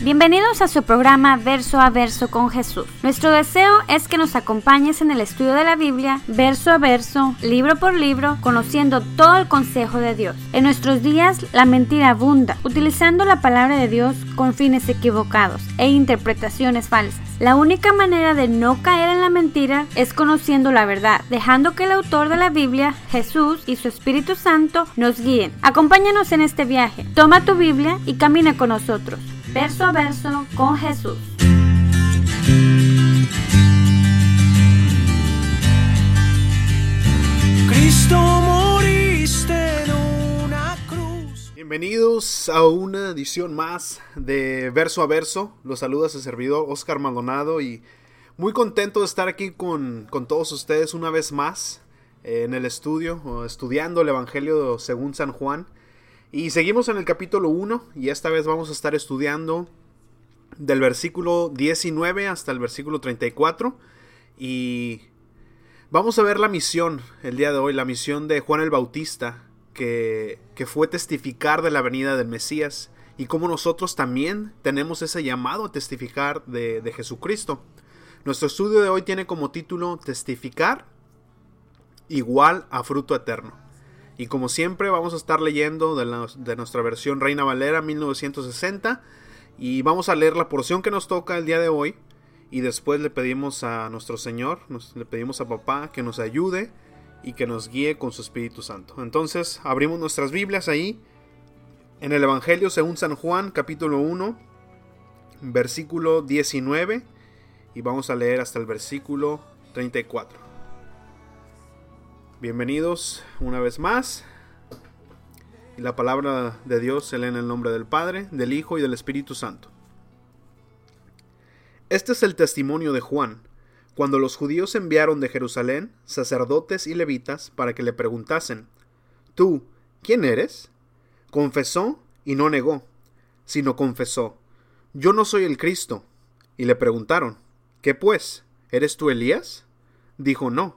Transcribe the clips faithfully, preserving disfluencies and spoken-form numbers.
Bienvenidos a su programa Verso a Verso con Jesús. Nuestro deseo es que nos acompañes en el estudio de la Biblia, verso a verso, libro por libro, conociendo todo el consejo de Dios. En nuestros días, la mentira abunda, utilizando la palabra de Dios con fines equivocados e interpretaciones falsas. La única manera de no caer en la mentira es conociendo la verdad, dejando que el autor de la Biblia, Jesús y su Espíritu Santo nos guíen. Acompáñanos en este viaje. Toma tu Biblia y camina con nosotros. Verso a verso con Jesús. Cristo, moriste en una cruz. Bienvenidos a una edición más de Verso a Verso. Los saluda su servidor Oscar Maldonado y muy contento de estar aquí con, con todos ustedes una vez más eh, en el estudio, estudiando el Evangelio según San Juan. Y seguimos en el capítulo uno y esta vez vamos a estar estudiando del versículo diecinueve hasta el versículo treinta y cuatro. Y vamos a ver la misión el día de hoy, la misión de Juan el Bautista, que, que fue testificar de la venida del Mesías. Y cómo nosotros también tenemos ese llamado a testificar de, de Jesucristo. Nuestro estudio de hoy tiene como título Testificar igual a fruto eterno. Y como siempre vamos a estar leyendo de, la, de nuestra versión Reina Valera mil novecientos sesenta. Y vamos a leer la porción que nos toca el día de hoy. Y después le pedimos a nuestro Señor, nos, le pedimos a Papá que nos ayude y que nos guíe con su Espíritu Santo. Entonces abrimos nuestras Biblias ahí. En el Evangelio según San Juan capítulo uno, versículo diecinueve. Y vamos a leer hasta el versículo treinta y cuatro. Bienvenidos una vez más. Y la palabra de Dios se lee en el nombre del Padre, del Hijo y del Espíritu Santo. Este es el testimonio de Juan, cuando los judíos enviaron de Jerusalén sacerdotes y levitas para que le preguntasen: ¿Tú, quién eres? Confesó y no negó, sino confesó: Yo no soy el Cristo. Y le preguntaron: ¿Qué pues? ¿Eres tú Elías? Dijo: No.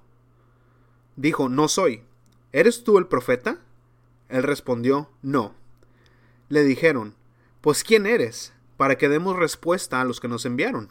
Dijo: No soy. ¿Eres tú el profeta? Él respondió: No. Le dijeron: Pues ¿quién eres? Para que demos respuesta a los que nos enviaron.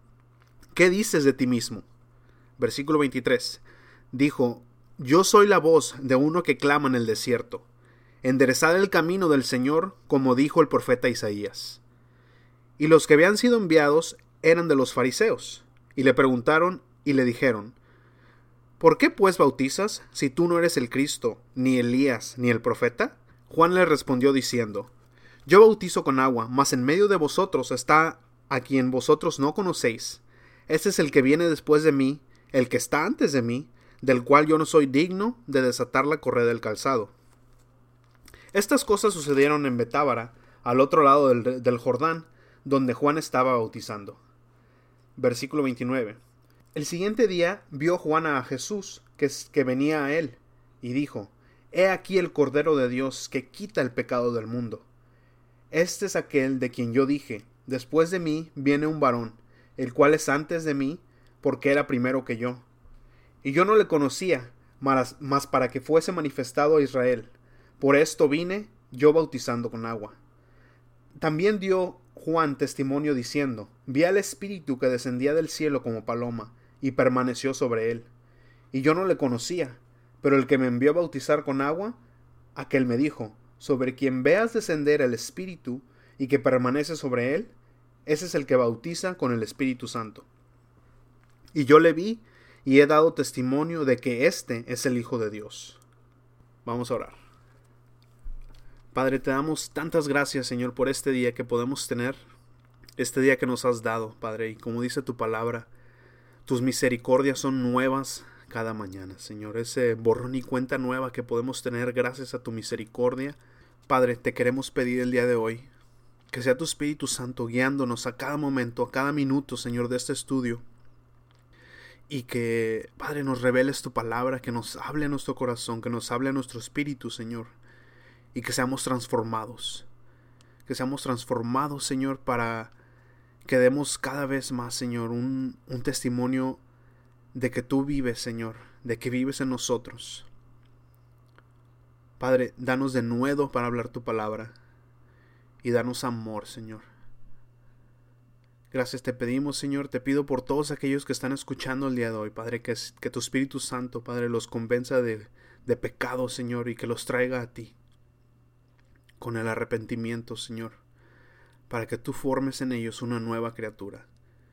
¿Qué dices de ti mismo? Versículo veintitrés. Dijo: Yo soy la voz de uno que clama en el desierto. Enderezad el camino del Señor, como dijo el profeta Isaías. Y los que habían sido enviados eran de los fariseos. Y le preguntaron y le dijeron: ¿Por qué pues bautizas si tú no eres el Cristo, ni Elías, ni el profeta? Juan le respondió diciendo: Yo bautizo con agua, mas en medio de vosotros está a quien vosotros no conocéis. Este es el que viene después de mí, el que está antes de mí, del cual yo no soy digno de desatar la correa del calzado. Estas cosas sucedieron en Betábara, al otro lado del, del Jordán, donde Juan estaba bautizando. Versículo veintinueve. El siguiente día vio Juan a Jesús, que, que venía a él, y dijo: He aquí el Cordero de Dios, que quita el pecado del mundo. Este es aquel de quien yo dije: Después de mí viene un varón, el cual es antes de mí, porque era primero que yo. Y yo no le conocía, mas, mas para que fuese manifestado a Israel. Por esto vine yo bautizando con agua. También dio Juan testimonio diciendo: Vi al Espíritu que descendía del cielo como paloma, y permaneció sobre él. Y yo no le conocía, pero el que me envió a bautizar con agua, aquel me dijo: Sobre quien veas descender el Espíritu, y que permanece sobre él, ese es el que bautiza con el Espíritu Santo. Y yo le vi, y he dado testimonio de que éste es el Hijo de Dios. Vamos a orar. Padre, te damos tantas gracias, Señor, por este día que podemos tener, este día que nos has dado, Padre, y como dice tu palabra, tus misericordias son nuevas cada mañana, Señor. Ese borrón y cuenta nueva que podemos tener gracias a tu misericordia. Padre, te queremos pedir el día de hoy que sea tu Espíritu Santo guiándonos a cada momento, a cada minuto, Señor, de este estudio. Y que, Padre, nos reveles tu palabra, que nos hable a nuestro corazón, que nos hable a nuestro espíritu, Señor. Y que seamos transformados. Que seamos transformados, Señor, para que demos cada vez más, Señor, un, un testimonio de que tú vives, Señor, de que vives en nosotros. Padre, danos denuedo para hablar tu palabra y danos amor, Señor. Gracias te pedimos, Señor, te pido por todos aquellos que están escuchando el día de hoy, Padre, que, que tu Espíritu Santo, Padre, los convenza de, de pecado, Señor, y que los traiga a ti con el arrepentimiento, Señor, para que tú formes en ellos una nueva criatura.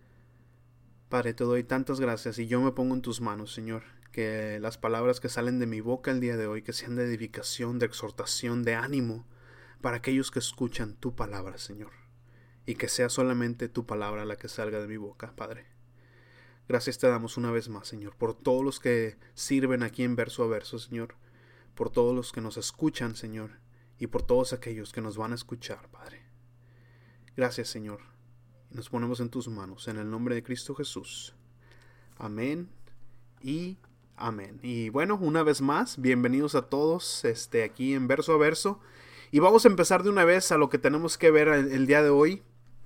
Padre, te doy tantas gracias y yo me pongo en tus manos, Señor, que las palabras que salen de mi boca el día de hoy, que sean de edificación, de exhortación, de ánimo, para aquellos que escuchan tu palabra, Señor. Y que sea solamente tu palabra la que salga de mi boca, Padre. Gracias te damos una vez más, Señor, por todos los que sirven aquí en verso a verso, Señor. Por todos los que nos escuchan, Señor. Y por todos aquellos que nos van a escuchar, Padre. Gracias, Señor. Nos ponemos en tus manos, en el nombre de Cristo Jesús. Amén y amén. Y bueno, una vez más, bienvenidos a todos este, aquí en verso a verso. Y vamos a empezar de una vez a lo que tenemos que ver el, el día de hoy.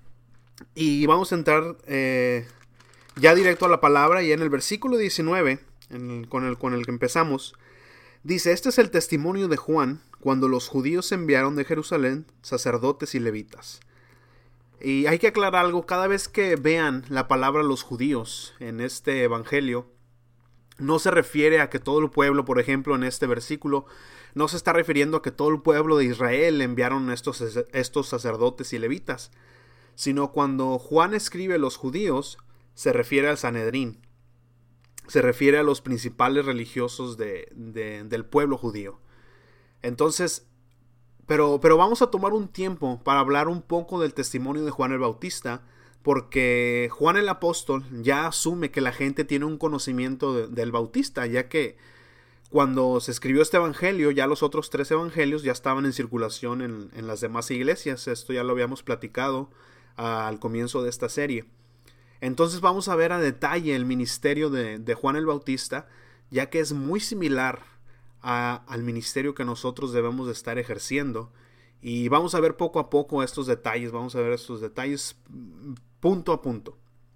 Y vamos a entrar eh, ya directo a la palabra. Y en el versículo diecinueve, en el, con, el, con el que empezamos, dice: este es el testimonio de Juan cuando los judíos enviaron de Jerusalén sacerdotes y levitas. Y hay que aclarar algo: cada vez que vean la palabra los judíos en este evangelio, no se refiere a que todo el pueblo, por ejemplo, en este versículo, no se está refiriendo a que todo el pueblo de Israel enviaron estos, estos sacerdotes y levitas, sino cuando Juan escribe los judíos, se refiere al Sanedrín, se refiere a los principales religiosos de, de, del pueblo judío. Entonces, pero, pero vamos a tomar un tiempo para hablar un poco del testimonio de Juan el Bautista, porque Juan el Apóstol ya asume que la gente tiene un conocimiento de, del Bautista, ya que cuando se escribió este evangelio, ya los otros tres evangelios ya estaban en circulación en, en las demás iglesias. Esto ya lo habíamos platicado uh, al comienzo de esta serie. Entonces vamos a ver a detalle el ministerio de, de Juan el Bautista, ya que es muy similar a, al ministerio que nosotros debemos de estar ejerciendo. Y vamos a ver poco a poco estos detalles, vamos a ver estos detalles punto a punto.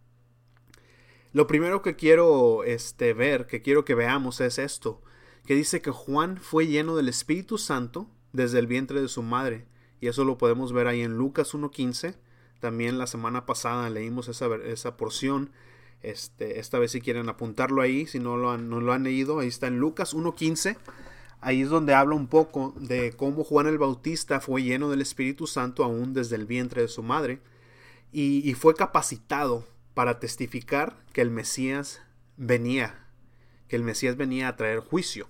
Lo primero que quiero este, ver, que quiero que veamos es esto, que dice que Juan fue lleno del Espíritu Santo desde el vientre de su madre. Y eso lo podemos ver ahí en Lucas uno quince. También la semana pasada leímos esa, esa porción. Este, esta vez si quieren apuntarlo ahí, si no lo han, no lo han leído, ahí está en Lucas uno quince. Ahí es donde habla un poco de cómo Juan el Bautista fue lleno del Espíritu Santo aún desde el vientre de su madre. Y, y fue capacitado para testificar que el Mesías venía, que el Mesías venía a traer juicio.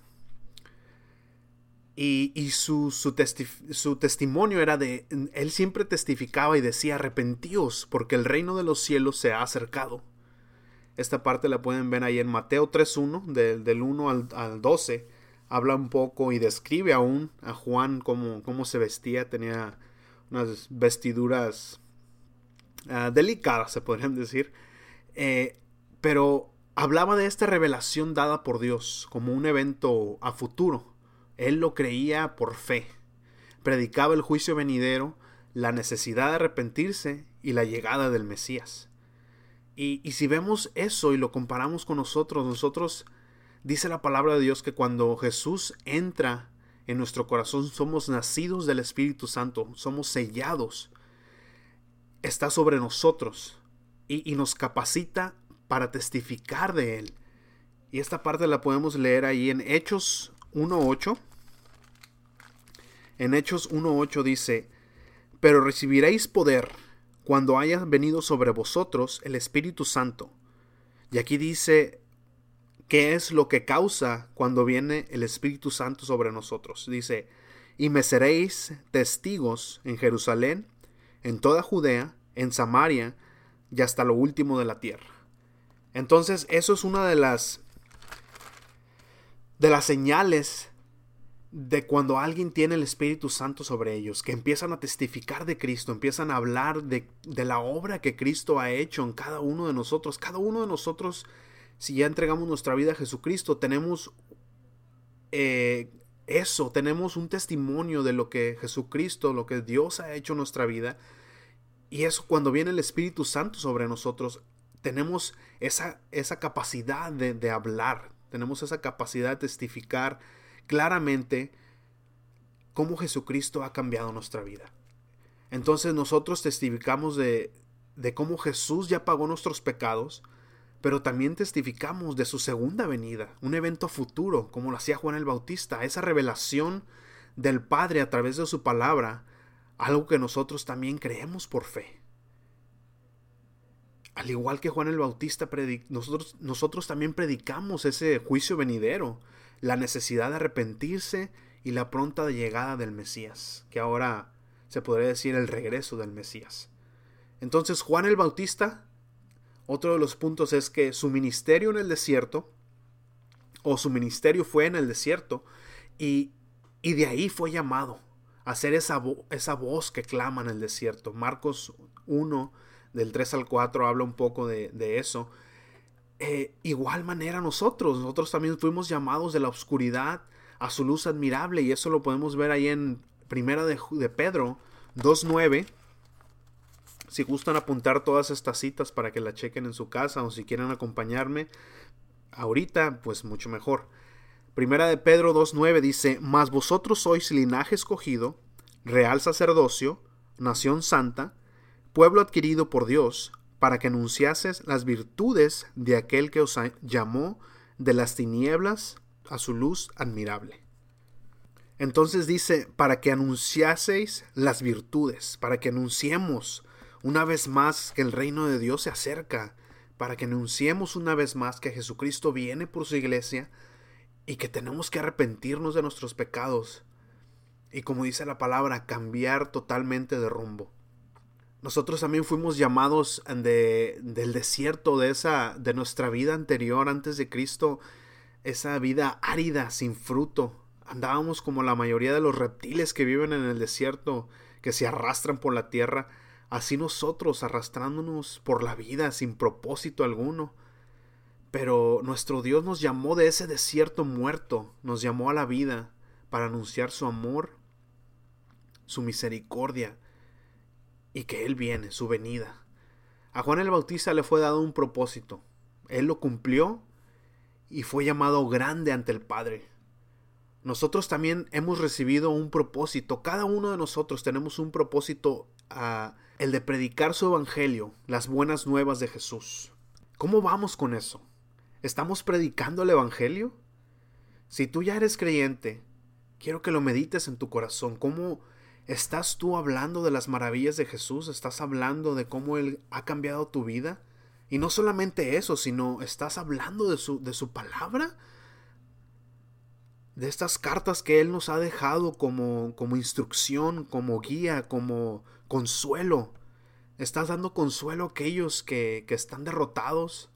Y, y su, su, testi- su testimonio era de, él siempre testificaba y decía: arrepentíos, porque el reino de los cielos se ha acercado. Esta parte la pueden ver ahí en Mateo tres uno, de, del uno al, al doce. Habla un poco y describe aún a Juan cómo, cómo se vestía. Tenía unas vestiduras uh, delicadas, se podrían decir. Eh, pero hablaba de esta revelación dada por Dios como un evento a futuro. Él lo creía por fe. Predicaba el juicio venidero, la necesidad de arrepentirse y la llegada del Mesías. Y, y si vemos eso y lo comparamos con nosotros, nosotros, dice la palabra de Dios que cuando Jesús entra en nuestro corazón, somos nacidos del Espíritu Santo, somos sellados. Está sobre nosotros y, y nos capacita para testificar de Él. Y esta parte la podemos leer ahí en Hechos uno ocho. En Hechos uno ocho dice: pero recibiréis poder cuando haya venido sobre vosotros el Espíritu Santo. Y aquí dice qué es lo que causa cuando viene el Espíritu Santo sobre nosotros. Dice: y me seréis testigos en Jerusalén, en toda Judea, en Samaria y hasta lo último de la tierra. Entonces eso es una de las de las señales de cuando alguien tiene el Espíritu Santo sobre ellos, que empiezan a testificar de Cristo, empiezan a hablar de, de la obra que Cristo ha hecho en cada uno de nosotros. Cada uno de nosotros, si ya entregamos nuestra vida a Jesucristo, tenemos eh, eso, tenemos un testimonio de lo que Jesucristo, lo que Dios ha hecho en nuestra vida. Y eso, cuando viene el Espíritu Santo sobre nosotros, tenemos esa, esa capacidad de, de hablar, tenemos esa capacidad de testificar claramente cómo Jesucristo ha cambiado nuestra vida. Entonces nosotros testificamos de, de cómo Jesús ya pagó nuestros pecados, pero también testificamos de su segunda venida, un evento futuro, como lo hacía Juan el Bautista, esa revelación del Padre a través de su palabra, algo que nosotros también creemos por fe. Al igual que Juan el Bautista, nosotros, nosotros también predicamos ese juicio venidero, la necesidad de arrepentirse y la pronta llegada del Mesías, que ahora se podría decir el regreso del Mesías. Entonces Juan el Bautista, otro de los puntos es que su ministerio en el desierto, o su ministerio fue en el desierto, y, y de ahí fue llamado a ser esa, vo, esa voz que clama en el desierto. Marcos uno, del tres al cuatro, habla un poco de, de eso. Eh, igual manera nosotros, nosotros también fuimos llamados de la oscuridad a su luz admirable, y eso lo podemos ver ahí en Primera de, de Pedro dos nueve. Si gustan apuntar todas estas citas para que la chequen en su casa, o si quieren acompañarme ahorita, pues mucho mejor. Primera de Pedro dos nueve dice: Mas vosotros sois linaje escogido, real sacerdocio, nación santa, pueblo adquirido por Dios, para que anunciases las virtudes de aquel que os llamó de las tinieblas a su luz admirable. Entonces dice, para que anunciaseis las virtudes, para que anunciemos una vez más que el reino de Dios se acerca, para que anunciemos una vez más que Jesucristo viene por su iglesia y que tenemos que arrepentirnos de nuestros pecados y, como dice la palabra, cambiar totalmente de rumbo. Nosotros también fuimos llamados de, del desierto, de, esa, de nuestra vida anterior antes de Cristo, esa vida árida, sin fruto. Andábamos como la mayoría de los reptiles que viven en el desierto, que se arrastran por la tierra. Así nosotros, arrastrándonos por la vida sin propósito alguno. Pero nuestro Dios nos llamó de ese desierto muerto, nos llamó a la vida para anunciar su amor, su misericordia, y que Él viene, su venida. A Juan el Bautista le fue dado un propósito. Él lo cumplió y fue llamado grande ante el Padre. Nosotros también hemos recibido un propósito. Cada uno de nosotros tenemos un propósito, uh, el de predicar su evangelio, las buenas nuevas de Jesús. ¿Cómo vamos con eso? ¿Estamos predicando el evangelio? Si tú ya eres creyente, quiero que lo medites en tu corazón. ¿Cómo estás tú hablando de las maravillas de Jesús? ¿Estás hablando de cómo Él ha cambiado tu vida? Y no solamente eso, sino estás hablando de su, de su palabra, de estas cartas que Él nos ha dejado como, como instrucción, como guía, como consuelo. ¿Estás dando consuelo a aquellos que, que están derrotados?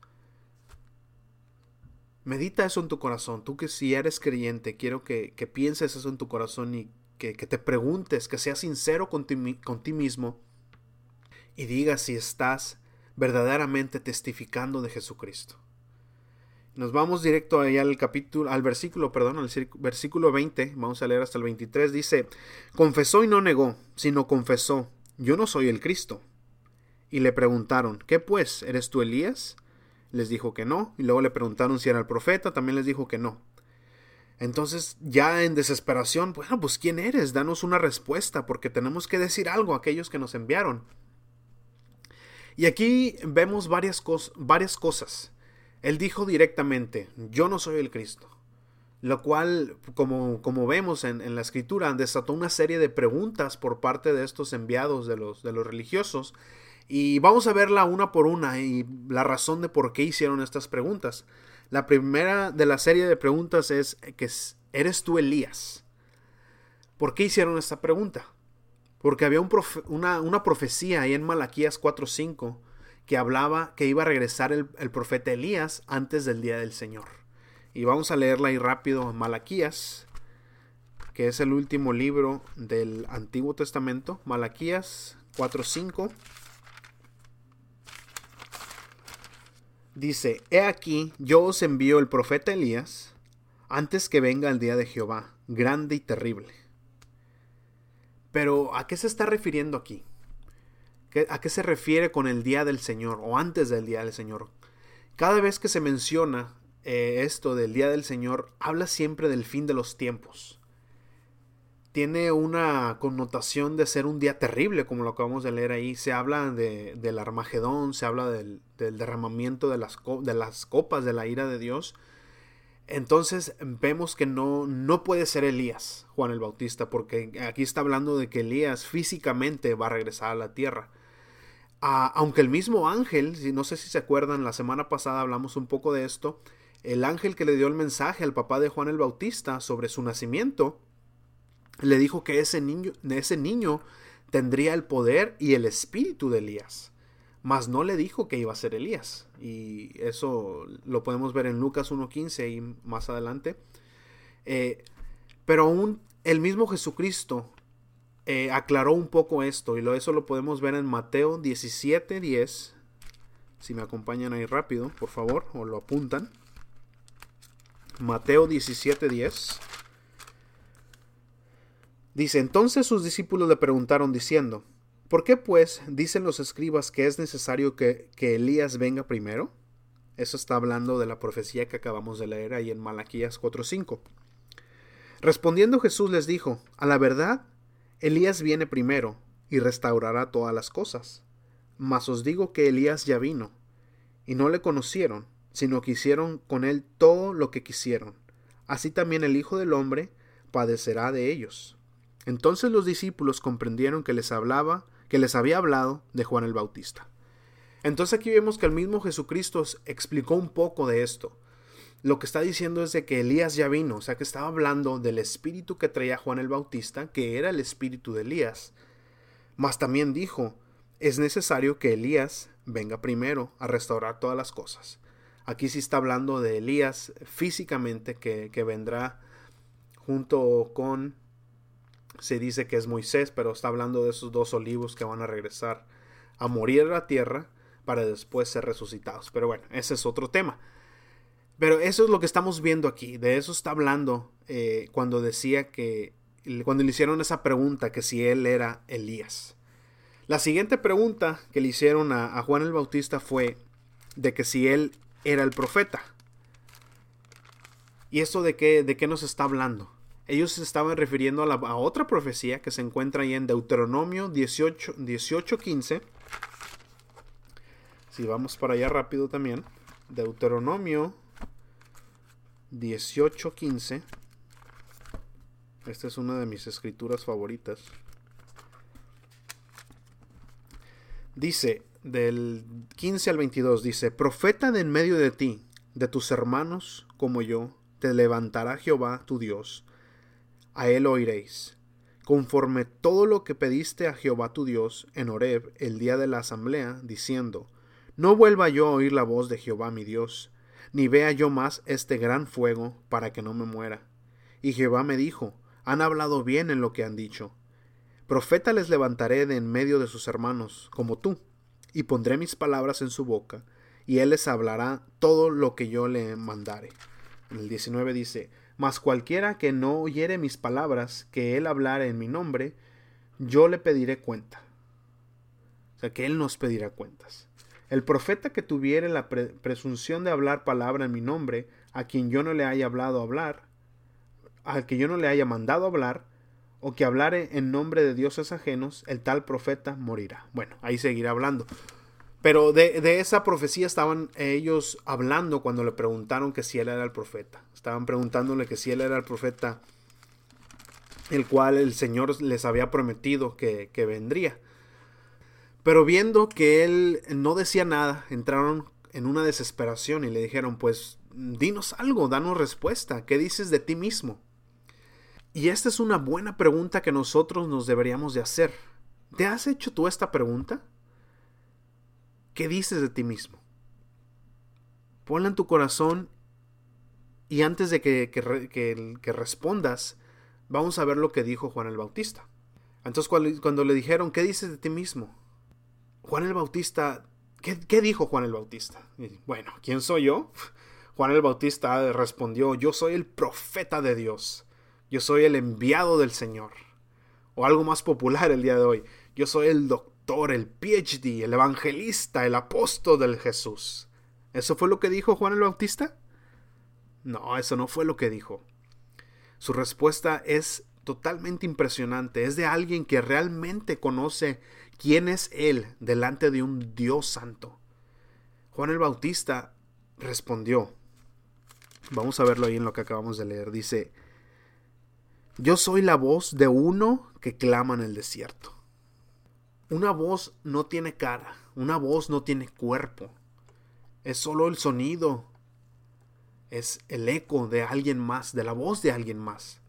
Medita eso en tu corazón. Tú que si eres creyente, quiero que, que pienses eso en tu corazón y que, que te preguntes, que seas sincero con ti, con ti mismo y digas si estás verdaderamente testificando de Jesucristo. Nos vamos directo allá al capítulo, al versículo, perdón, al versículo veinte, vamos a leer hasta el veintitrés, dice: confesó y no negó, sino confesó: yo no soy el Cristo. Y le preguntaron: ¿qué pues? ¿Eres tú Elías? Les dijo que no, y luego le preguntaron si era el profeta, también les dijo que no. Entonces, ya en desesperación, bueno, pues ¿quién eres? Danos una respuesta, porque tenemos que decir algo a aquellos que nos enviaron. Y aquí vemos varias, cos- varias cosas. Él dijo directamente: yo no soy el Cristo. Lo cual, como, como vemos en, en la escritura, desató una serie de preguntas por parte de estos enviados de los, de los religiosos. Y vamos a verla una por una y la razón de por qué hicieron estas preguntas. La primera de la serie de preguntas es que ¿eres tú Elías? ¿Por qué hicieron esta pregunta? Porque había un profe- una, una profecía ahí en Malaquías cuatro cinco que hablaba que iba a regresar el, el profeta Elías antes del día del Señor. Y vamos a leerla ahí rápido. Malaquías, que es el último libro del Antiguo Testamento. Malaquías cuatro cinco. Dice: he aquí, yo os envío el profeta Elías antes que venga el día de Jehová, grande y terrible. Pero, ¿a qué se está refiriendo aquí? ¿A qué se refiere con el día del Señor o antes del día del Señor? Cada vez que se menciona eh, esto del día del Señor, habla siempre del fin de los tiempos. tiene una connotación de ser un día terrible, como lo acabamos de leer ahí. Se habla de, del Armagedón, se habla del, del derramamiento de las, de las copas de la ira de Dios. Entonces vemos que no, no puede ser Elías, Juan el Bautista, porque aquí está hablando de que Elías físicamente va a regresar a la tierra. Ah, aunque el mismo ángel, si no sé si se acuerdan, la semana pasada hablamos un poco de esto, el ángel que le dio el mensaje al papá de Juan el Bautista sobre su nacimiento, le dijo que ese niño, ese niño tendría el poder y el espíritu de Elías, mas no le dijo que iba a ser Elías, y eso lo podemos ver en Lucas uno quince y más adelante. Eh, pero aún el mismo Jesucristo eh, aclaró un poco esto, y lo, eso lo podemos ver en Mateo diecisiete diez. Si me acompañan ahí rápido, por favor, o lo apuntan. Mateo diecisiete diez. Dice: entonces sus discípulos le preguntaron diciendo: ¿por qué pues dicen los escribas que es necesario que, que Elías venga primero? Eso está hablando de la profecía que acabamos de leer ahí en Malaquías cuatro cinco. Respondiendo Jesús les dijo: a la verdad, Elías viene primero y restaurará todas las cosas. Mas os digo que Elías ya vino, y no le conocieron, sino que hicieron con él todo lo que quisieron. Así también el Hijo del Hombre padecerá de ellos. Entonces los discípulos comprendieron que les hablaba, que les había hablado de Juan el Bautista. Entonces aquí vemos que el mismo Jesucristo explicó un poco de esto. Lo que está diciendo es de que Elías ya vino, o sea que estaba hablando del espíritu que traía Juan el Bautista, que era el espíritu de Elías. Mas también dijo: es necesario que Elías venga primero a restaurar todas las cosas. Aquí sí está hablando de Elías físicamente, que, que vendrá junto con, se dice que es Moisés, pero está hablando de esos dos olivos que van a regresar a morir a la tierra para después ser resucitados. Pero bueno, ese es otro tema. Pero eso es lo que estamos viendo aquí. De eso está hablando eh, cuando decía que, cuando le hicieron esa pregunta, que si él era Elías. La siguiente pregunta que le hicieron a, a Juan el Bautista fue de que si él era el profeta. ¿Y esto de qué, de qué nos está hablando? Ellos se estaban refiriendo a, la, a otra profecía que se encuentra ahí en Deuteronomio dieciocho quince. Si vamos para allá rápido también. Deuteronomio dieciocho quince. Esta es una de mis escrituras favoritas. Dice, del quince al veintidós, dice: profeta de en medio de ti, de tus hermanos como yo, te levantará Jehová tu Dios. A él oiréis, conforme todo lo que pediste a Jehová tu Dios en Horeb el día de la asamblea, diciendo: no vuelva yo a oír la voz de Jehová mi Dios, ni vea yo más este gran fuego, para que no me muera. Y Jehová me dijo: han hablado bien en lo que han dicho. Profeta les levantaré de en medio de sus hermanos, como tú, y pondré mis palabras en su boca, y él les hablará todo lo que yo le mandare. En el diecinueve dice: mas cualquiera que no oyere mis palabras, que él hablare en mi nombre, yo le pediré cuenta. O sea, que él nos pedirá cuentas. El profeta que tuviere la pre- presunción de hablar palabra en mi nombre, a quien yo no le haya hablado hablar, al que yo no le haya mandado hablar, o que hablare en nombre de dioses ajenos, el tal profeta morirá. Bueno, ahí seguirá hablando. Pero de, de esa profecía estaban ellos hablando cuando le preguntaron que si él era el profeta. Estaban preguntándole que si él era el profeta, el cual el Señor les había prometido que, que vendría. Pero viendo que él no decía nada, entraron en una desesperación y le dijeron: pues dinos algo, danos respuesta, ¿qué dices de ti mismo? Y esta es una buena pregunta que nosotros nos deberíamos de hacer. ¿Te has hecho tú esta pregunta? ¿Qué dices de ti mismo? Ponla en tu corazón y antes de que, que, que, que respondas, vamos a ver lo que dijo Juan el Bautista. Entonces cuando, cuando le dijeron: ¿qué dices de ti mismo? Juan el Bautista, ¿qué, qué dijo Juan el Bautista? Y, bueno, ¿quién soy yo? Juan el Bautista respondió: yo soy el profeta de Dios. Yo soy el enviado del Señor. O algo más popular el día de hoy: yo soy el doctor, el P H D, el evangelista, el apóstol del Jesús. ¿Eso fue lo que dijo Juan el Bautista? No, eso no fue lo que dijo. Su respuesta es totalmente impresionante. Es de alguien que realmente conoce quién es él delante de un Dios santo. Juan el Bautista respondió. Vamos a verlo ahí en lo que acabamos de leer. Dice: yo soy la voz de uno que clama en el desierto. Una voz no tiene cara, una voz no tiene cuerpo. Es solo el sonido, es el eco de alguien más, de la voz de alguien más.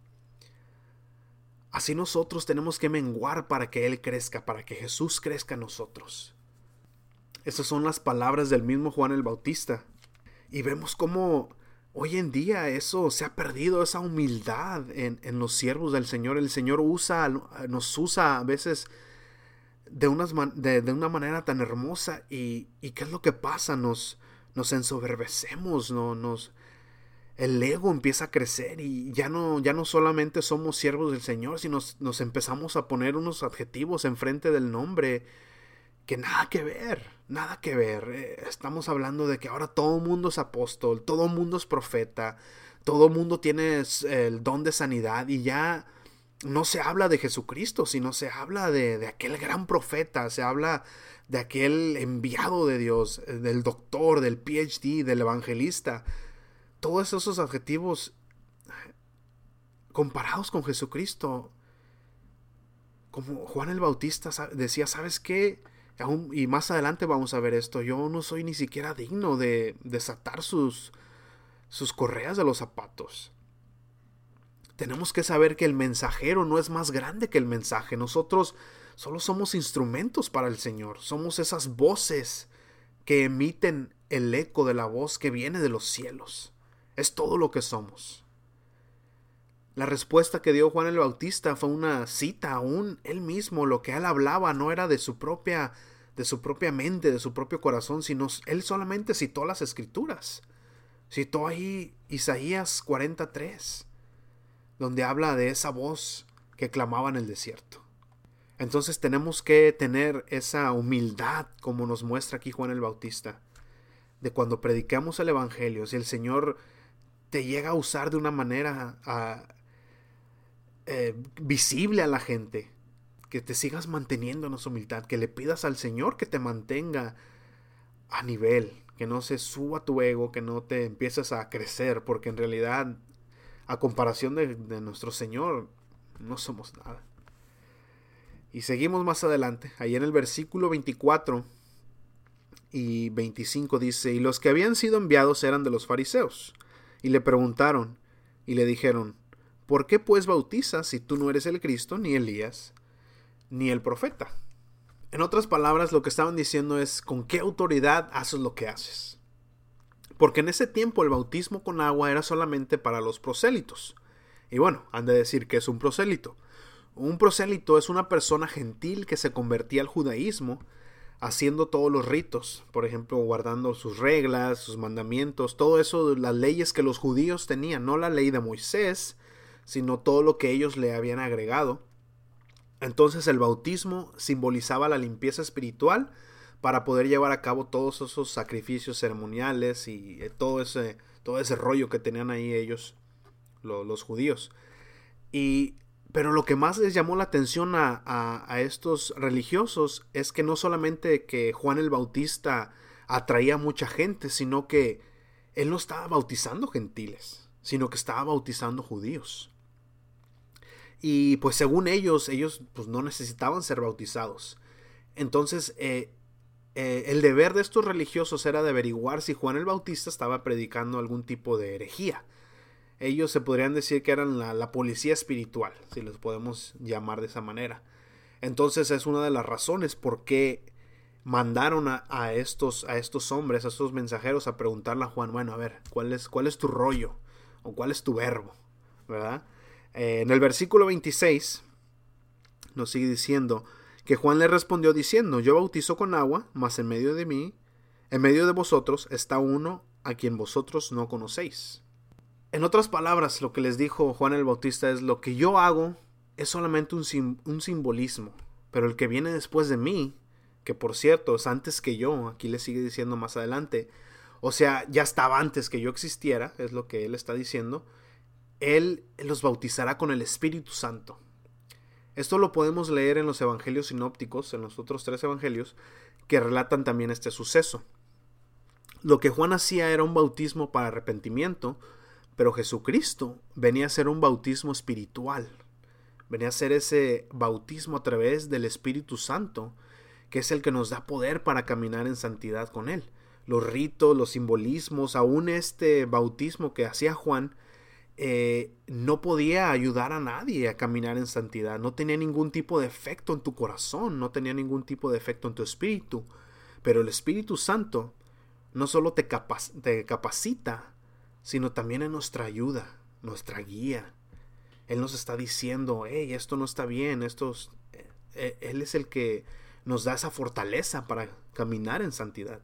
Así nosotros tenemos que menguar para que Él crezca, para que Jesús crezca en nosotros. Esas son las palabras del mismo Juan el Bautista. Y vemos cómo hoy en día eso se ha perdido, esa humildad en, en los siervos del Señor. El Señor usa, nos usa a veces de, unas, de, de una manera tan hermosa. Y, y ¿qué es lo que pasa? Nos, nos ensoberbecemos, ¿no? Nos, el ego empieza a crecer y ya no, ya no solamente somos siervos del Señor, sino nos, nos empezamos a poner unos adjetivos enfrente del nombre que nada que ver, nada que ver. Eh, estamos hablando de que ahora todo el mundo es apóstol, todo el mundo es profeta, todo el mundo tiene el don de sanidad y ya no se habla de Jesucristo, sino se habla de, de aquel gran profeta, se habla de aquel enviado de Dios, del doctor, del P H D, del evangelista. Todos esos adjetivos comparados con Jesucristo, como Juan el Bautista decía, ¿sabes qué? Aún, y más adelante vamos a ver esto, yo no soy ni siquiera digno de desatar sus, sus correas de los zapatos. Tenemos que saber que el mensajero no es más grande que el mensaje. Nosotros solo somos instrumentos para el Señor. Somos esas voces que emiten el eco de la voz que viene de los cielos. Es todo lo que somos. La respuesta que dio Juan el Bautista fue una cita, aún él mismo, lo que él hablaba no era de su propia, de su propia mente, de su propio corazón, sino él solamente citó las escrituras. Citó ahí Isaías cuarenta y tres, donde habla de esa voz que clamaba en el desierto. Entonces tenemos que tener esa humildad, como nos muestra aquí Juan el Bautista, de cuando predicamos el evangelio, si el Señor te llega a usar de una manera a, eh, visible a la gente, que te sigas manteniendo en esa humildad, que le pidas al Señor que te mantenga a nivel, que no se suba tu ego, que no te empieces a crecer, porque en realidad, a comparación de, de nuestro Señor, no somos nada. Y seguimos más adelante, ahí en el versículo veinticuatro y veinticinco dice: y los que habían sido enviados eran de los fariseos, y le preguntaron, y le dijeron: ¿por qué pues bautizas si tú no eres el Cristo, ni Elías, ni el profeta? En otras palabras, lo que estaban diciendo es: ¿con qué autoridad haces lo que haces? Porque en ese tiempo el bautismo con agua era solamente para los prosélitos. Y bueno, han de decir que es un prosélito. Un prosélito es una persona gentil que se convertía al judaísmo, haciendo todos los ritos, por ejemplo, guardando sus reglas, sus mandamientos, todo eso, las leyes que los judíos tenían, no la ley de Moisés, sino todo lo que ellos le habían agregado. Entonces el bautismo simbolizaba la limpieza espiritual para poder llevar a cabo todos esos sacrificios ceremoniales y todo ese, todo ese rollo que tenían ahí ellos, los, los judíos. Y Pero lo que más les llamó la atención a, a, a estos religiosos es que no solamente que Juan el Bautista atraía a mucha gente, sino que él no estaba bautizando gentiles, sino que estaba bautizando judíos. Y pues según ellos, ellos pues no necesitaban ser bautizados. Entonces eh, eh, el deber de estos religiosos era de averiguar si Juan el Bautista estaba predicando algún tipo de herejía. Ellos se podrían decir que eran la, la policía espiritual, si les podemos llamar de esa manera. Entonces es una de las razones por qué mandaron a, a, estos, a estos hombres, a estos mensajeros, a preguntarle a Juan: bueno, a ver, ¿cuál es, cuál es tu rollo? ¿O cuál es tu verbo? ¿Verdad? Eh, en el versículo veintiséis nos sigue diciendo que Juan le respondió diciendo: yo bautizo con agua, mas en medio de mí, en medio de vosotros está uno a quien vosotros no conocéis. En otras palabras, lo que les dijo Juan el Bautista es: lo que yo hago es solamente un, sim- un simbolismo, pero el que viene después de mí, que por cierto es antes que yo, aquí le sigue diciendo más adelante, o sea, ya estaba antes que yo existiera, es lo que él está diciendo, Él los bautizará con el Espíritu Santo. Esto lo podemos leer en los evangelios sinópticos, en los otros tres evangelios, que relatan también este suceso. Lo que Juan hacía era un bautismo para arrepentimiento, pero Jesucristo venía a ser un bautismo espiritual. Venía a ser ese bautismo a través del Espíritu Santo, que es el que nos da poder para caminar en santidad con Él. Los ritos, los simbolismos, aún este bautismo que hacía Juan, eh, no podía ayudar a nadie a caminar en santidad. No tenía ningún tipo de efecto en tu corazón, no tenía ningún tipo de efecto en tu espíritu. Pero el Espíritu Santo no solo te, capac- te capacita, sino también es nuestra ayuda, nuestra guía. Él nos está diciendo, hey, esto no está bien, esto es... eh, Él es el que nos da esa fortaleza para caminar en santidad.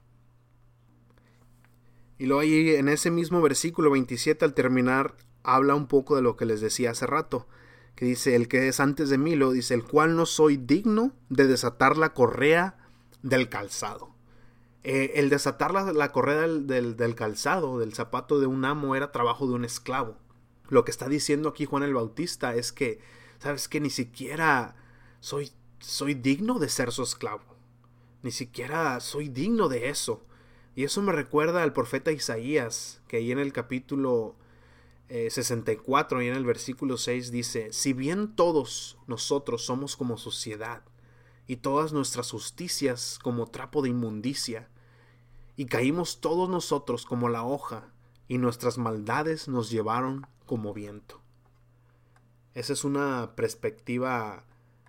Y luego ahí en ese mismo versículo veintisiete, al terminar, habla un poco de lo que les decía hace rato, que dice, el que es antes de mí, lo dice, el cual no soy digno de desatar la correa del calzado. Eh, el desatar la, la correa del, del, del calzado, del zapato de un amo, era trabajo de un esclavo. Lo que está diciendo aquí Juan el Bautista es que, ¿sabes qué? Ni siquiera soy, soy digno de ser su esclavo. Ni siquiera soy digno de eso. Y eso me recuerda al profeta Isaías, que ahí en el capítulo eh, sesenta y cuatro, y en el versículo seis dice, si bien todos nosotros somos como suciedad, y todas nuestras justicias como trapo de inmundicia, y caímos todos nosotros como la hoja, y nuestras maldades nos llevaron como viento. Esa es una perspectiva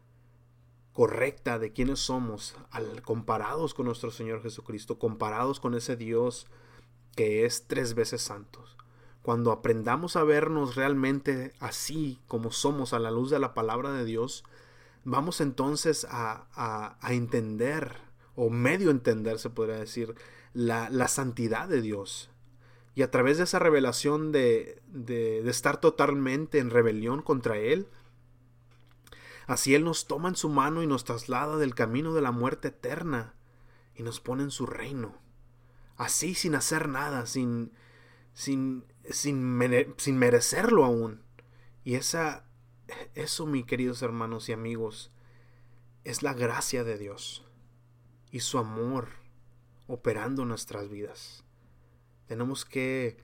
correcta de quiénes somos al, comparados con nuestro Señor Jesucristo, comparados con ese Dios que es tres veces santo. Cuando aprendamos a vernos realmente así como somos a la luz de la palabra de Dios, vamos entonces a, a, a entender, o medio entender se podría decir, la, la santidad de Dios. Y a través de esa revelación de, de, de estar totalmente en rebelión contra Él, así Él nos toma en su mano y nos traslada del camino de la muerte eterna y nos pone en su reino. Así sin hacer nada, sin, sin, sin, mere, sin merecerlo aún. Y esa, eso, mis queridos hermanos y amigos, es la gracia de Dios y su amor operando en nuestras vidas. Tenemos que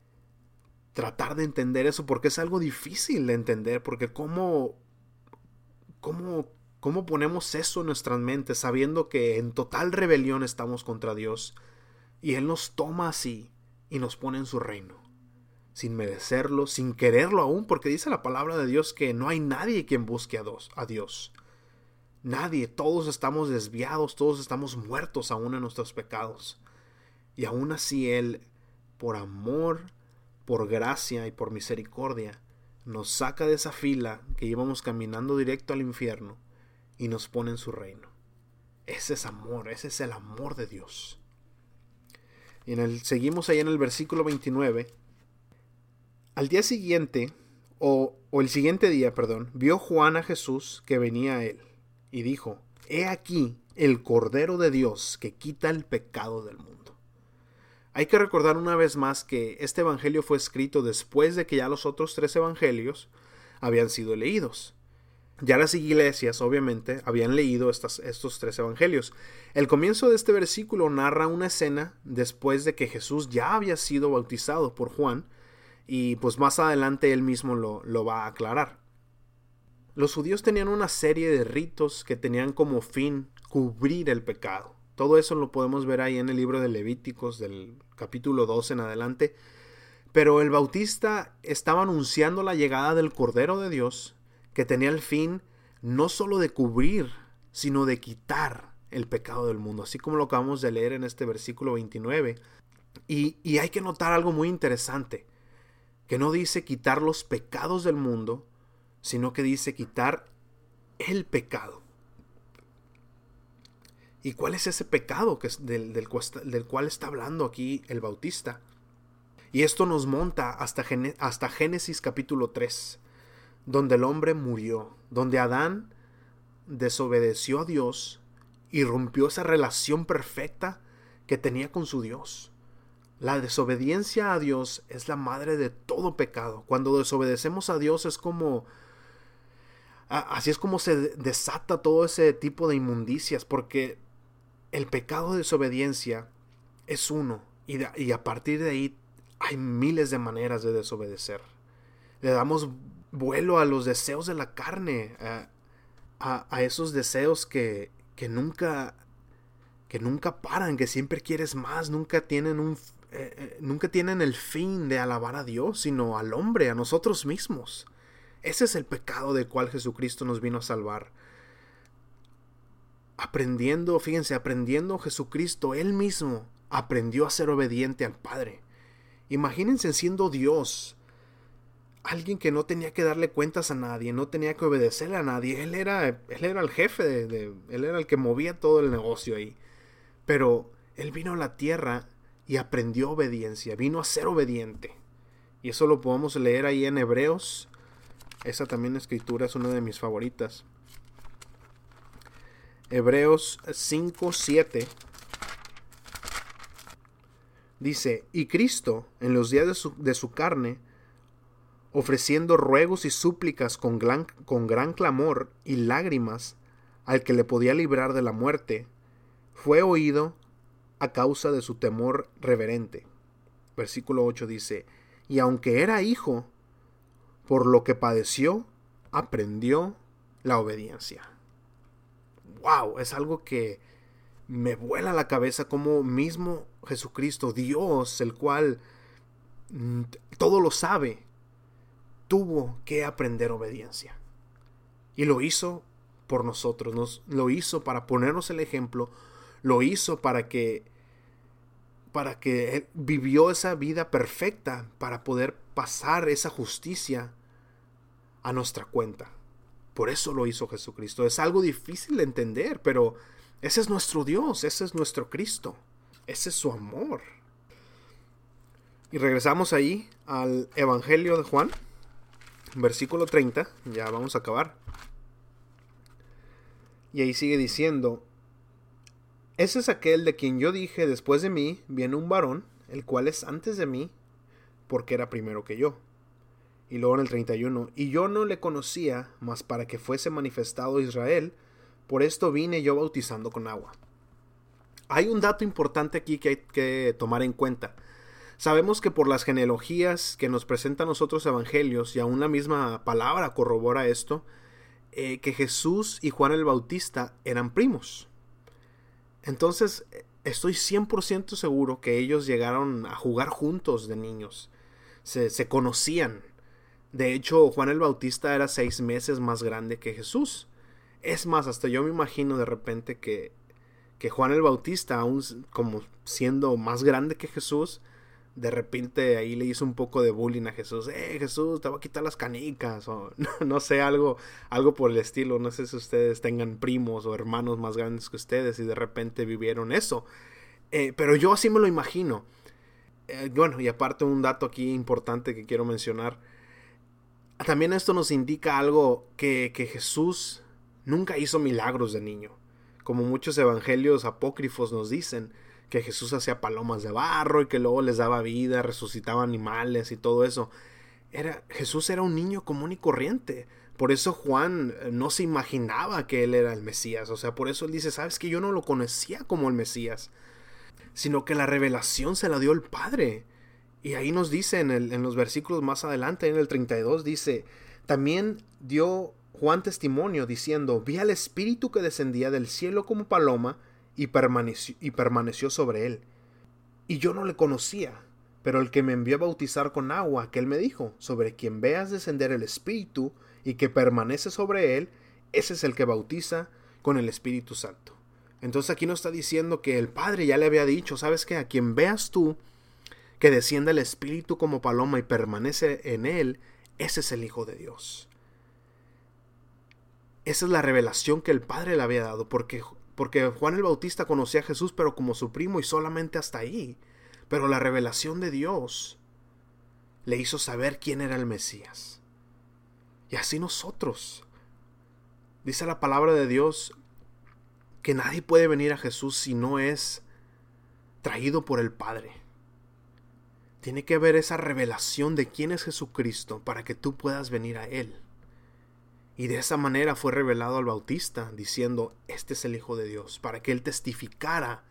tratar de entender eso porque es algo difícil de entender, porque cómo, cómo, cómo ponemos eso en nuestras mentes sabiendo que en total rebelión estamos contra Dios y Él nos toma así y nos pone en su reino, sin merecerlo, sin quererlo aún, porque dice la palabra de Dios que no hay nadie quien busque a Dios, a Dios. Nadie, todos estamos desviados, todos estamos muertos aún en nuestros pecados. Y aún así Él, por amor, por gracia y por misericordia, nos saca de esa fila que íbamos caminando directo al infierno y nos pone en su reino. Ese es amor, ese es el amor de Dios. Y en el, seguimos ahí en el versículo veintinueve. Al día siguiente, o, o el siguiente día, perdón, vio Juan a Jesús que venía a él y dijo, he aquí el Cordero de Dios que quita el pecado del mundo. Hay que recordar una vez más que este evangelio fue escrito después de que ya los otros tres evangelios habían sido leídos. Ya las iglesias, obviamente, habían leído estas, estos tres evangelios. El comienzo de este versículo narra una escena después de que Jesús ya había sido bautizado por Juan, y pues más adelante él mismo lo, lo va a aclarar. Los judíos tenían una serie de ritos que tenían como fin cubrir el pecado. Todo eso lo podemos ver ahí en el libro de Levíticos, del capítulo doce en adelante. Pero el Bautista estaba anunciando la llegada del Cordero de Dios, que tenía el fin no solo de cubrir, sino de quitar el pecado del mundo, así como lo acabamos de leer en este versículo veintinueve. Y, y hay que notar algo muy interesante, que no dice quitar los pecados del mundo, sino que dice quitar el pecado. ¿Y cuál es ese pecado que es del, del, del cual está hablando aquí el Bautista? Y esto nos monta hasta, hasta Génesis capítulo tres, donde el hombre murió, donde Adán desobedeció a Dios y rompió esa relación perfecta que tenía con su Dios. La desobediencia a Dios es la madre de todo pecado. Cuando desobedecemos a Dios es como... Así es como se desata todo ese tipo de inmundicias, porque el pecado de desobediencia es uno, y, de, y a partir de ahí hay miles de maneras de desobedecer. Le damos vuelo a los deseos de la carne, a, a, a esos deseos que, que nunca que nunca paran, que siempre quieres más, nunca tienen un eh, eh, nunca tienen el fin de alabar a Dios, sino al hombre, a nosotros mismos. Ese es el pecado del cual Jesucristo nos vino a salvar. Aprendiendo, fíjense, aprendiendo Jesucristo, Él mismo aprendió a ser obediente al Padre. Imagínense siendo Dios, alguien que no tenía que darle cuentas a nadie, no tenía que obedecerle a nadie. Él era, él era el jefe, de, de, Él era el que movía todo el negocio ahí. Pero Él vino a la tierra y aprendió obediencia, vino a ser obediente. Y eso lo podemos leer ahí en Hebreos. Esa también escritura es una de mis favoritas. Hebreos cinco siete dice: y Cristo, en los días de su, de su carne, ofreciendo ruegos y súplicas con gran, con gran clamor y lágrimas al que le podía librar de la muerte, fue oído a causa de su temor reverente. Versículo ocho dice: y aunque era hijo, por lo que padeció, aprendió la obediencia. ¡Wow! Es algo que me vuela la cabeza, como mismo Jesucristo, Dios, el cual mm, todo lo sabe, tuvo que aprender obediencia. Y lo hizo por nosotros, nos, lo hizo para ponernos el ejemplo, lo hizo para que, para que Él vivió esa vida perfecta, para poder pasar esa justicia a nuestra cuenta. Por eso lo hizo Jesucristo. Es algo difícil de entender, pero ese es nuestro Dios, ese es nuestro Cristo, ese es su amor. Y regresamos ahí al Evangelio de Juan, versículo treinta, ya vamos a acabar. Y ahí sigue diciendo: ese es aquel de quien yo dije, después de mí viene un varón, el cual es antes de mí, porque era primero que yo. Y luego en el treinta y uno, y yo no le conocía, mas para que fuese manifestado a Israel, por esto vine yo bautizando con agua. Hay un dato importante aquí que hay que tomar en cuenta. Sabemos que por las genealogías que nos presentan los otros evangelios, y aún la misma palabra corrobora esto, eh, que Jesús y Juan el Bautista eran primos. Entonces, estoy cien por ciento seguro que ellos llegaron a jugar juntos de niños. Se, se conocían. De hecho, Juan el Bautista era seis meses más grande que Jesús. Es más, hasta yo me imagino de repente que, que Juan el Bautista, aún como siendo más grande que Jesús, de repente ahí le hizo un poco de bullying a Jesús. Eh, Jesús, te voy a quitar las canicas. O no, no sé, algo, algo por el estilo. No sé si ustedes tengan primos o hermanos más grandes que ustedes y de repente vivieron eso. Eh, pero yo así me lo imagino. Eh, bueno, y aparte un dato aquí importante que quiero mencionar. También esto nos indica algo, que, que Jesús nunca hizo milagros de niño. Como muchos evangelios apócrifos nos dicen, que Jesús hacía palomas de barro y que luego les daba vida, resucitaba animales y todo eso. Era, Jesús era un niño común y corriente. Por eso Juan no se imaginaba que él era el Mesías. O sea, por eso él dice, ¿sabes qué? Yo no lo conocía como el Mesías, sino que la revelación se la dio el Padre. Y ahí nos dice en, el, en los versículos más adelante, en el treinta y dos, dice: también dio Juan testimonio diciendo: vi al Espíritu que descendía del cielo como paloma y permaneció, y permaneció sobre él. Y yo no le conocía, pero el que me envió a bautizar con agua, aquel me dijo: sobre quien veas descender el Espíritu y que permanece sobre él, ese es el que bautiza con el Espíritu Santo. Entonces aquí nos está diciendo que el Padre ya le había dicho: ¿sabes qué? A quien veas tú que descienda el Espíritu como paloma y permanece en él, ese es el Hijo de Dios. Esa es la revelación que el Padre le había dado, porque, porque Juan el Bautista conocía a Jesús, pero como su primo y solamente hasta ahí. Pero la revelación de Dios le hizo saber quién era el Mesías. Y así nosotros. Dice la palabra de Dios que nadie puede venir a Jesús si no es traído por el Padre. Tiene que haber esa revelación de quién es Jesucristo para que tú puedas venir a Él. Y de esa manera fue revelado al Bautista, diciendo, este es el Hijo de Dios, para que Él testificara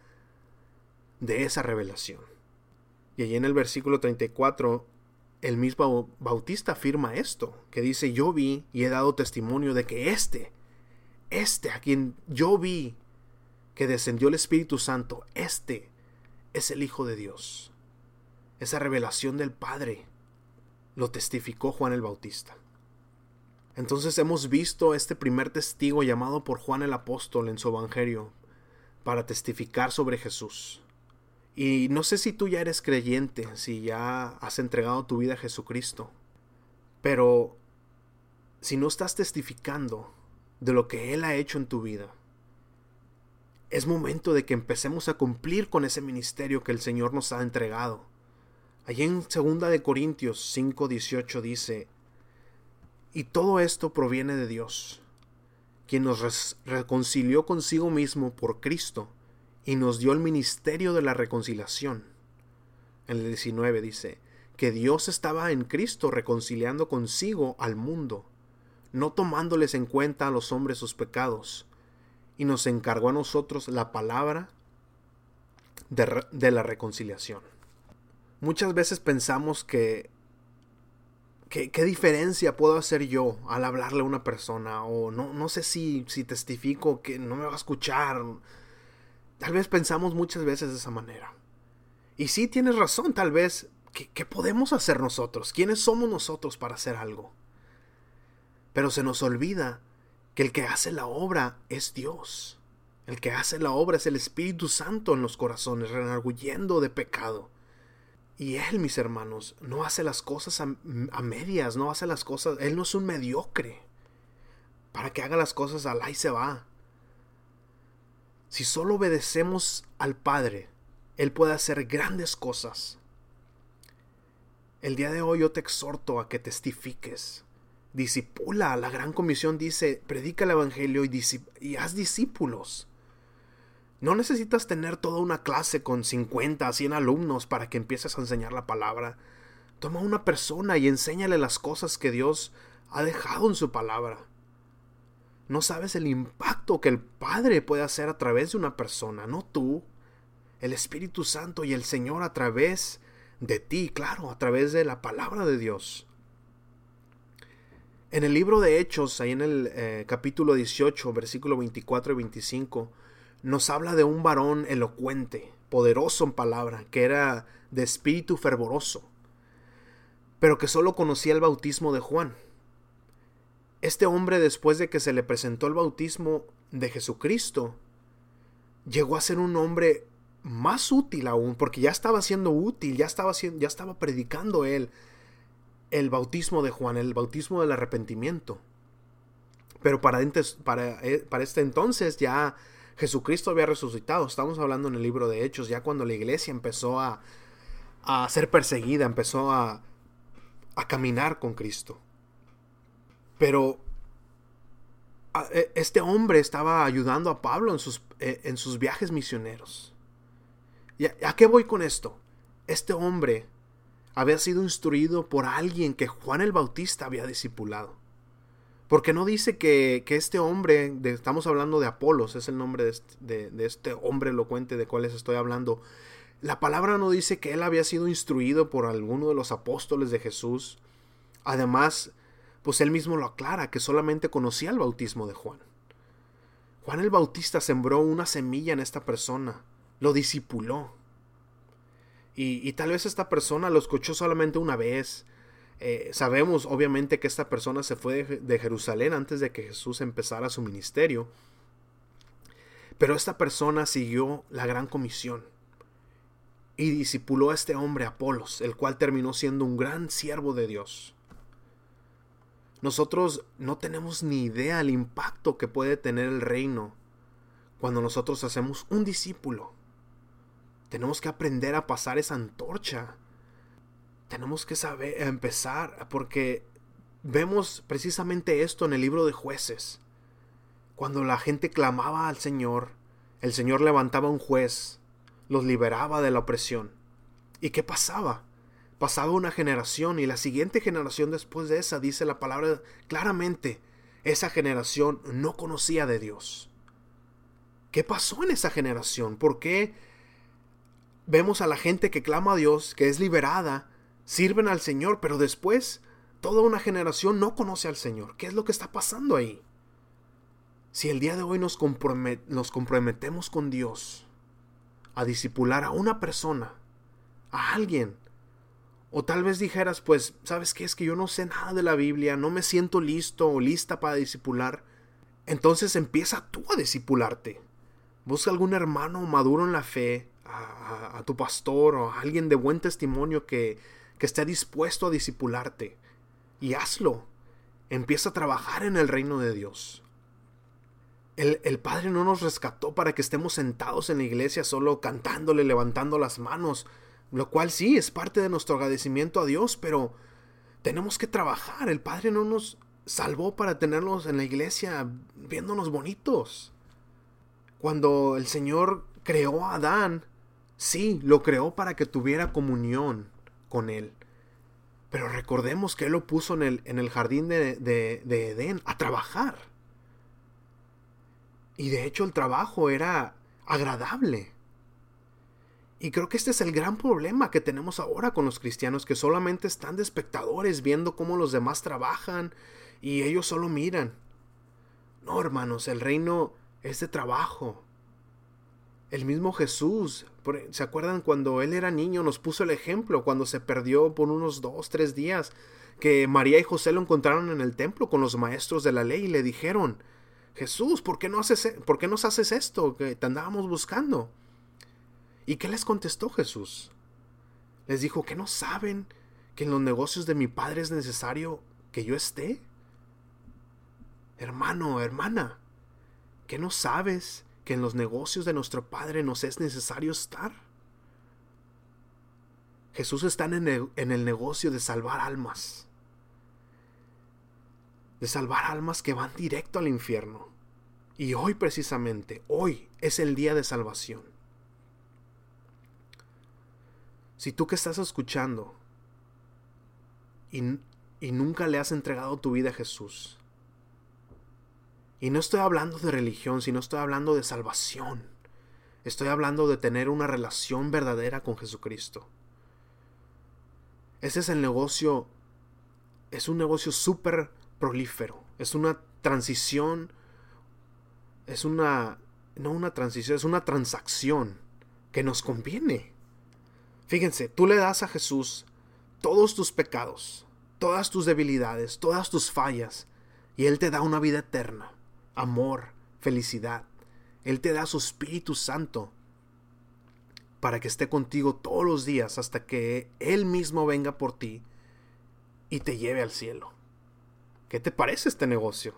de esa revelación. Y allí en el versículo treinta y cuatro, el mismo Bautista afirma esto, que dice, yo vi y he dado testimonio de que este, este a quien yo vi que descendió el Espíritu Santo, este es el Hijo de Dios. Esa revelación del Padre lo testificó Juan el Bautista. Entonces hemos visto este primer testigo llamado por Juan el Apóstol en su Evangelio para testificar sobre Jesús. Y no sé si tú ya eres creyente, si ya has entregado tu vida a Jesucristo, pero si no estás testificando de lo que Él ha hecho en tu vida, es momento de que empecemos a cumplir con ese ministerio que el Señor nos ha entregado. Allí en segunda de Corintios cinco dieciocho dice, y todo esto proviene de Dios, quien nos res- reconcilió consigo mismo por Cristo y nos dio el ministerio de la reconciliación. En el diecinueve dice, que Dios estaba en Cristo reconciliando consigo al mundo, no tomándoles en cuenta a los hombres sus pecados, y nos encargó a nosotros la palabra de, re- de la reconciliación. Muchas veces pensamos que, que ¿qué diferencia puedo hacer yo al hablarle a una persona? O no, no sé si, si testifico que no me va a escuchar. Tal vez pensamos muchas veces de esa manera. Y sí tienes razón, tal vez. ¿Qué, qué podemos hacer nosotros? ¿Quiénes somos nosotros para hacer algo? Pero se nos olvida que el que hace la obra es Dios. El que hace la obra es el Espíritu Santo en los corazones, redarguyendo de pecado. Y Él, mis hermanos, no hace las cosas a, a medias, no hace las cosas, Él no es un mediocre para que haga las cosas al ahí se va. Si solo obedecemos al Padre, Él puede hacer grandes cosas. El día de hoy yo te exhorto a que testifiques, discipula. La Gran Comisión dice, predica el Evangelio y, disip- y haz discípulos. No necesitas tener toda una clase con cincuenta, cien alumnos para que empieces a enseñar la palabra. Toma una persona y enséñale las cosas que Dios ha dejado en su palabra. No sabes el impacto que el Padre puede hacer a través de una persona, no tú. El Espíritu Santo y el Señor a través de ti, claro, a través de la palabra de Dios. En el libro de Hechos, ahí en el eh, capítulo dieciocho, versículo veinticuatro y veinticinco, nos habla de un varón elocuente, poderoso en palabra, que era de espíritu fervoroso, pero que solo conocía el bautismo de Juan. Este hombre, después de que se le presentó el bautismo de Jesucristo, llegó a ser un hombre más útil aún, porque ya estaba siendo útil, ya estaba, siendo, ya estaba predicando él el bautismo de Juan, el bautismo del arrepentimiento. Pero para, entes, para, para este entonces ya Jesucristo había resucitado. Estamos hablando en el libro de Hechos, ya cuando la iglesia empezó a, a ser perseguida, empezó a, a caminar con Cristo. Pero este hombre estaba ayudando a Pablo en sus, en sus viajes misioneros. ¿Y a, a qué voy con esto? Este hombre había sido instruido por alguien que Juan el Bautista había discipulado. Porque no dice que, que este hombre, de, estamos hablando de Apolos, es el nombre de este, de, de este hombre elocuente de cual les estoy hablando. La palabra no dice que él había sido instruido por alguno de los apóstoles de Jesús. Además, pues él mismo lo aclara, que solamente conocía el bautismo de Juan. Juan el Bautista sembró una semilla en esta persona, lo discipuló. Y, y tal vez esta persona lo escuchó solamente una vez. Eh, sabemos obviamente que esta persona se fue de, de Jerusalén antes de que Jesús empezara su ministerio. Pero esta persona siguió la gran comisión y discipuló a este hombre Apolos, el cual terminó siendo un gran siervo de Dios. Nosotros no tenemos ni idea del impacto que puede tener el reino cuando nosotros hacemos un discípulo. Tenemos que aprender a pasar esa antorcha. Tenemos que saber empezar, porque vemos precisamente esto en el libro de Jueces. Cuando la gente clamaba al Señor, el Señor levantaba un juez, los liberaba de la opresión. ¿Y qué pasaba? Pasaba una generación y la siguiente generación después de esa, dice la palabra claramente, esa generación no conocía de Dios. ¿Qué pasó en esa generación? ¿Por qué vemos a la gente que clama a Dios, que es liberada, sirven al Señor, pero después toda una generación no conoce al Señor? ¿Qué es lo que está pasando ahí? Si el día de hoy nos, compromet- nos comprometemos con Dios a discipular a una persona, a alguien, o tal vez dijeras, pues, ¿sabes qué? Es que yo no sé nada de la Biblia, no me siento listo o lista para discipular. Entonces empieza tú a discipularte. Busca algún hermano maduro en la fe, a, a, a tu pastor o a alguien de buen testimonio que, que esté dispuesto a discipularte. Y hazlo. Empieza a trabajar en el reino de Dios. El, el Padre no nos rescató para que estemos sentados en la iglesia solo cantándole, levantando las manos, lo cual sí es parte de nuestro agradecimiento a Dios, pero tenemos que trabajar. El Padre no nos salvó para tenernos en la iglesia viéndonos bonitos. Cuando el Señor creó a Adán, sí, lo creó para que tuviera comunión con Él. Pero recordemos que Él lo puso en el, en el jardín de, de, de Edén a trabajar. Y de hecho el trabajo era agradable. Y creo que este es el gran problema que tenemos ahora con los cristianos, que solamente están de espectadores viendo cómo los demás trabajan y ellos solo miran. No, hermanos, el reino es de trabajo. El mismo Jesús, ¿se acuerdan cuando Él era niño? Nos puso el ejemplo cuando se perdió por unos dos, tres días, que María y José lo encontraron en el templo con los maestros de la ley y le dijeron, Jesús, ¿por qué no haces, por qué nos haces esto? Que te andábamos buscando. ¿Y qué les contestó Jesús? Les dijo, ¿que no saben que en los negocios de mi Padre es necesario que yo esté? Hermano, hermana, ¿que no sabes que en los negocios de nuestro Padre nos es necesario estar? Jesús está en el, en el negocio de salvar almas. De salvar almas que van directo al infierno. Y hoy precisamente, hoy es el día de salvación. Si tú que estás escuchando y, y nunca le has entregado tu vida a Jesús, y no estoy hablando de religión, sino estoy hablando de salvación, estoy hablando de tener una relación verdadera con Jesucristo. Ese es el negocio, es un negocio súper prolífero, es una transición, es una, no una transición, es una transacción que nos conviene. Fíjense, tú le das a Jesús todos tus pecados, todas tus debilidades, todas tus fallas, y Él te da una vida eterna, amor, felicidad. Él te da su Espíritu Santo para que esté contigo todos los días hasta que Él mismo venga por ti y te lleve al cielo. ¿Qué te parece este negocio?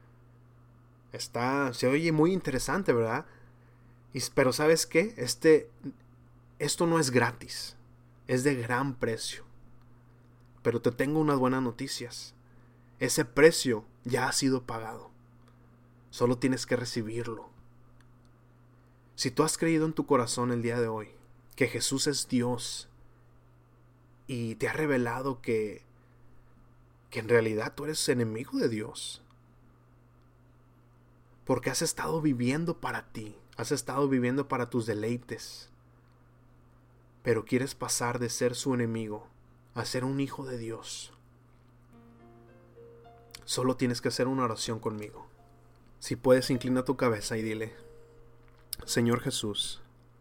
Está, se oye muy interesante, ¿verdad? Y, pero ¿sabes qué? Este, esto no es gratis, es de gran precio. Pero te tengo unas buenas noticias. Ese precio ya ha sido pagado. Solo tienes que recibirlo. Si tú has creído en tu corazón el día de hoy que Jesús es Dios y te ha revelado que, que en realidad tú eres enemigo de Dios, porque has estado viviendo para ti, has estado viviendo para tus deleites, pero quieres pasar de ser su enemigo a ser un hijo de Dios, solo tienes que hacer una oración conmigo. Si puedes, inclina tu cabeza y dile: Señor Jesús,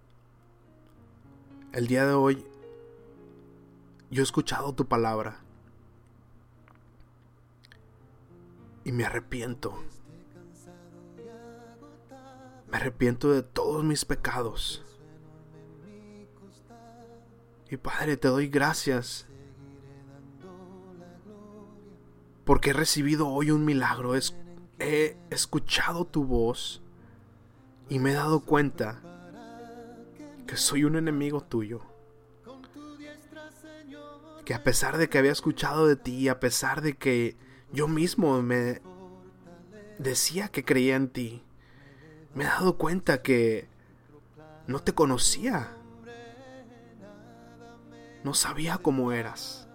el día de hoy yo he escuchado tu palabra y me arrepiento. Me arrepiento de todos mis pecados. Y Padre, te doy gracias porque he recibido hoy un milagro. Es, he escuchado tu voz y me he dado cuenta que soy un enemigo tuyo. Que a pesar de que había escuchado de ti, a pesar de que yo mismo me decía que creía en ti, me he dado cuenta que no te conocía. no sabía cómo eras.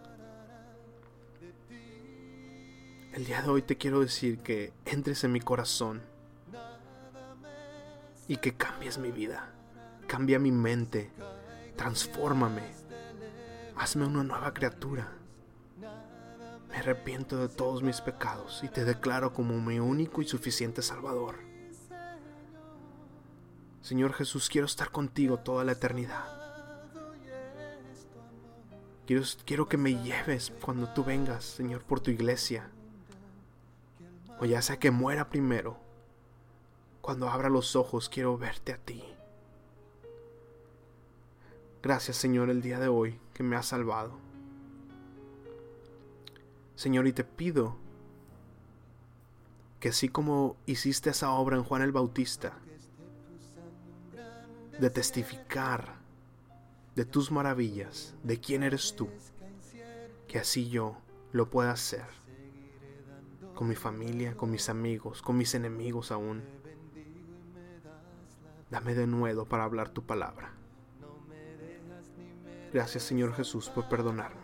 El día de hoy te quiero decir que entres en mi corazón y que cambies mi vida, cambia mi mente, transfórmame, hazme una nueva criatura. Me arrepiento de todos mis pecados y te declaro como mi único y suficiente Salvador. Señor Jesús, quiero estar contigo toda la eternidad. Quiero, quiero que me lleves cuando tú vengas, Señor, por tu iglesia. O ya sea que muera primero, cuando abra los ojos quiero verte a ti. Gracias, Señor, el día de hoy que me has salvado. Señor, y te pido que así como hiciste esa obra en Juan el Bautista, de testificar de tus maravillas, de quién eres tú, que así yo lo pueda hacer con mi familia, con mis amigos, con mis enemigos aún. Dame de nuevo para hablar tu palabra. Gracias, Señor Jesús, por perdonarme.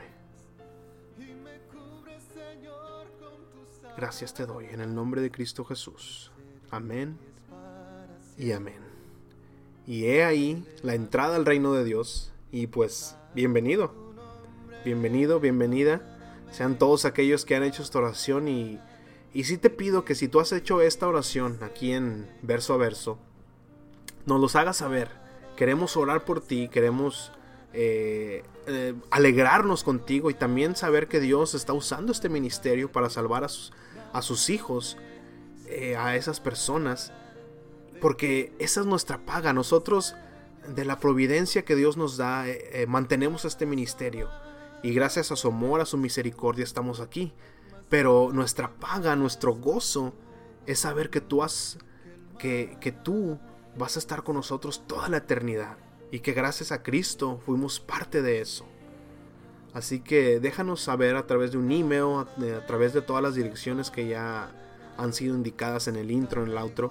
Gracias te doy en el nombre de Cristo Jesús. Amén y amén. Y he ahí la entrada al reino de Dios. Y pues, bienvenido. Bienvenido, bienvenida. Sean todos aquellos que han hecho esta oración. Y, y sí te pido que si tú has hecho esta oración aquí en verso a verso, nos los hagas saber. Queremos orar por ti, queremos eh, eh, alegrarnos contigo y también saber que Dios está usando este ministerio para salvar a sus, a sus hijos, eh, a esas personas, porque esa es nuestra paga. Nosotros, de la providencia que Dios nos da, eh, eh, mantenemos este ministerio y gracias a su amor, a su misericordia estamos aquí. Pero nuestra paga, nuestro gozo es saber que tú has, que, que tú vas a estar con nosotros toda la eternidad y que gracias a Cristo fuimos parte de eso. Así que déjanos saber a través de un email, a, a través de todas las direcciones que ya han sido indicadas en el intro, en el outro.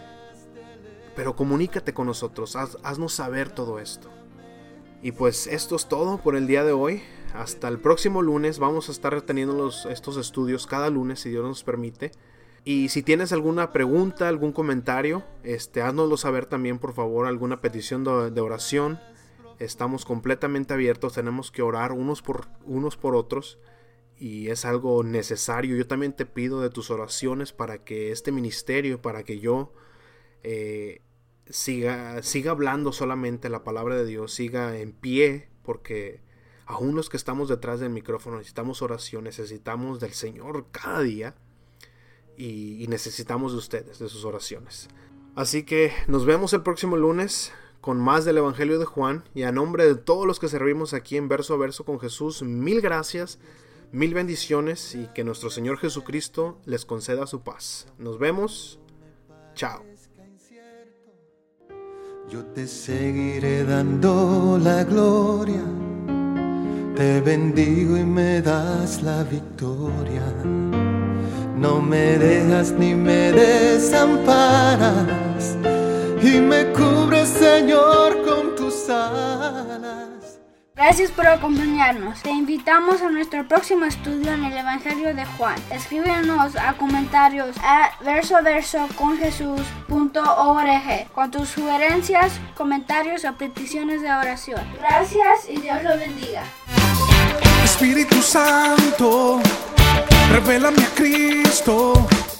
Pero comunícate con nosotros, haz, haznos saber todo esto. Y pues esto es todo por el día de hoy. Hasta el próximo lunes vamos a estar teniendo los, estos estudios cada lunes, si Dios nos permite. Y si tienes alguna pregunta, algún comentario, este, haznoslo saber también, por favor, alguna petición de, de oración. Estamos completamente abiertos, tenemos que orar unos por, unos por otros y es algo necesario. Yo también te pido de tus oraciones para que este ministerio, para que yo eh, siga, siga hablando solamente la palabra de Dios, siga en pie, porque aún los que estamos detrás del micrófono necesitamos oración, necesitamos del Señor cada día y, y necesitamos de ustedes, de sus oraciones. Así que nos vemos el próximo lunes con más del Evangelio de Juan, y a nombre de todos los que servimos aquí en Verso a Verso con Jesús, mil gracias, mil bendiciones y que nuestro Señor Jesucristo les conceda su paz. Nos vemos. Chao. Yo te seguiré dando la gloria, te bendigo y me das la victoria. No me dejas ni me desamparas y me cubres, Señor, con tus alas. Gracias por acompañarnos. Te invitamos a nuestro próximo estudio en el Evangelio de Juan. Escríbenos a comentarios a verso a verso con jesús punto org con tus sugerencias, comentarios o peticiones de oración. Gracias y Dios lo bendiga. Espíritu Santo, revélame a Cristo.